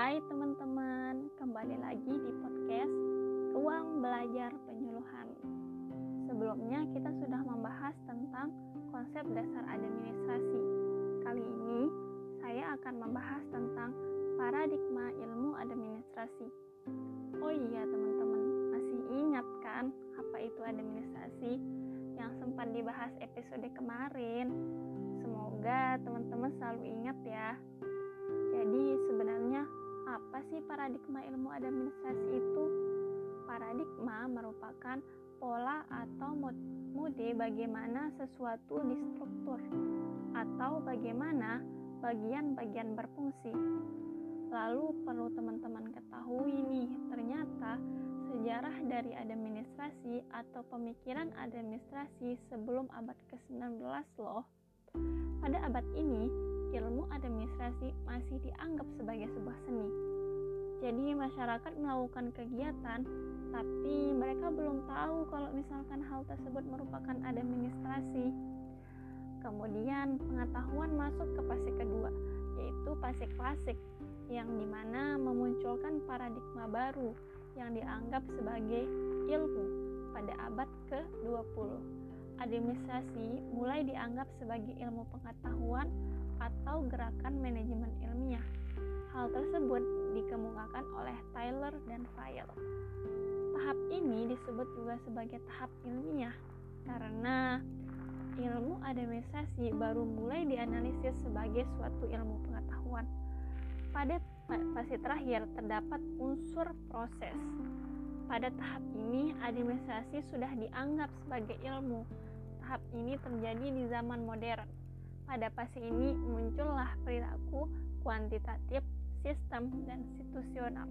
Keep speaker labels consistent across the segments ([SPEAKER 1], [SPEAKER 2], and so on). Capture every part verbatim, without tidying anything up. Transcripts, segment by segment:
[SPEAKER 1] Hai teman-teman, kembali lagi di podcast Ruang Belajar Penyuluhan. Sebelumnya kita sudah membahas tentang konsep dasar administrasi. Kali ini saya akan membahas tentang paradigma ilmu administrasi. Oh iya teman-teman, masih ingat kan apa itu administrasi yang sempat dibahas episode kemarin? Semoga teman-teman selalu ingat ya. Jadi sebenarnya apa sih paradigma ilmu administrasi itu? Paradigma merupakan pola atau mode bagaimana sesuatu distruktur atau bagaimana bagian-bagian berfungsi. Lalu perlu teman-teman ketahui nih, ternyata sejarah dari administrasi atau pemikiran administrasi sebelum abad kesembilan belas loh. Pada abad ini, ilmu administrasi masih dianggap sebagai sebuah seni. Jadi masyarakat melakukan kegiatan, tapi mereka belum tahu kalau misalkan hal tersebut merupakan administrasi. Kemudian pengetahuan masuk ke fase kedua, yaitu fase klasik, yang dimana memunculkan paradigma baru yang dianggap sebagai ilmu pada abad ke dua puluh. Administrasi mulai dianggap sebagai ilmu pengetahuan atau gerakan manajemen ilmiah. Hal tersebut dikemukakan oleh Taylor dan Fayol. Tahap ini disebut juga sebagai tahap ilmiah karena ilmu administrasi baru mulai dianalisis sebagai suatu ilmu pengetahuan. Pada fase terakhir terdapat unsur proses. Pada tahap ini administrasi sudah dianggap sebagai ilmu. Tahap ini terjadi di zaman modern. Pada fase ini muncullah perilaku kuantitatif, sistem, dan situasional.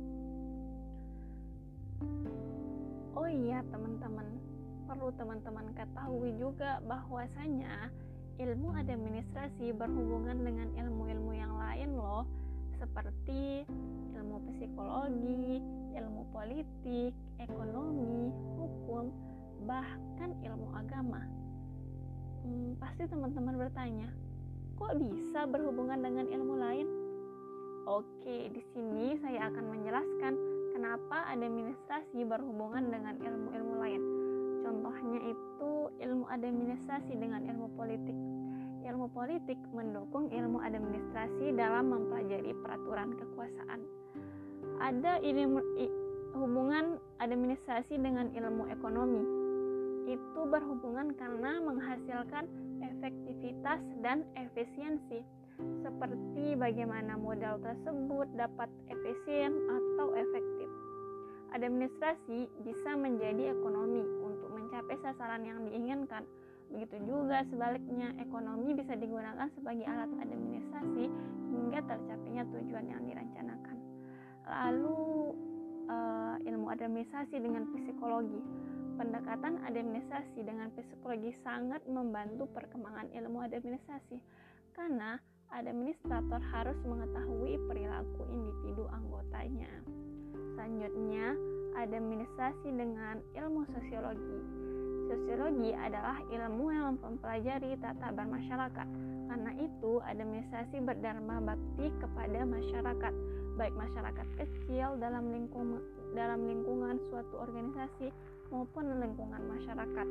[SPEAKER 1] Oh iya teman-teman, perlu teman-teman ketahui juga bahwasanya ilmu administrasi berhubungan dengan ilmu-ilmu yang lain loh, seperti ilmu psikologi, ilmu politik, ekonomi, hukum, bahkan ilmu agama. Hmm, pasti teman-teman bertanya, kok bisa berhubungan dengan ilmu lain? Oke, di sini saya akan menjelaskan kenapa administrasi berhubungan dengan ilmu-ilmu lain. Contohnya itu ilmu administrasi dengan ilmu politik. Ilmu politik mendukung ilmu administrasi dalam mempelajari peraturan kekuasaan. Ada ilmu, hubungan administrasi dengan ilmu ekonomi. Itu berhubungan karena menghasilkan efektivitas dan efisiensi, seperti bagaimana modal tersebut dapat efisien atau efektif. Administrasi bisa menjadi ekonomi untuk mencapai sasaran yang diinginkan. Begitu juga sebaliknya, ekonomi bisa digunakan sebagai alat administrasi hingga tercapainya tujuan yang dirancanakan. Lalu uh, ilmu administrasi dengan psikologi. Pendekatan administrasi dengan psikologi sangat membantu perkembangan ilmu administrasi karena administrator harus mengetahui perilaku individu anggotanya. Selanjutnya, administrasi dengan ilmu sosiologi. Sosiologi adalah ilmu yang mempelajari tata bermasyarakat. Karena itu, administrasi berdharma bakti kepada masyarakat, baik masyarakat kecil dalam lingkungan dalam lingkungan suatu organisasi maupun lingkungan masyarakat.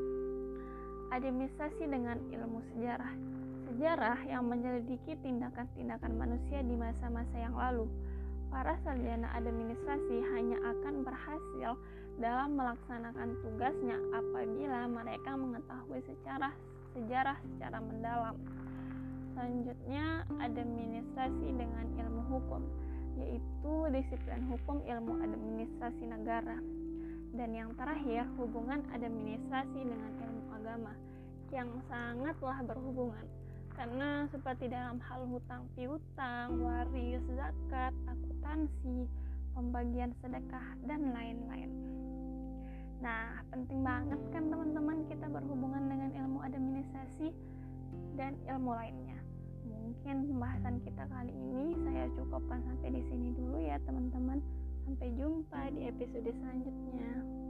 [SPEAKER 1] Administrasi dengan ilmu sejarah. Sejarah yang menyelidiki tindakan-tindakan manusia di masa-masa yang lalu. Para sarjana administrasi hanya akan berhasil dalam melaksanakan tugasnya apabila mereka mengetahui secara sejarah secara mendalam. Selanjutnya, administrasi dengan ilmu hukum, yaitu disiplin hukum ilmu administrasi negara. Dan yang terakhir, hubungan administrasi dengan ilmu agama yang sangatlah berhubungan. Karena seperti dalam hal hutang piutang, waris, zakat, akuntansi, pembagian sedekah, dan lain-lain. Nah, penting banget kan teman-teman kita berhubungan dengan ilmu administrasi dan ilmu lainnya. Mungkin pembahasan kita kali ini saya cukupkan sampai di sini dulu ya teman-teman. Sampai jumpa di episode selanjutnya.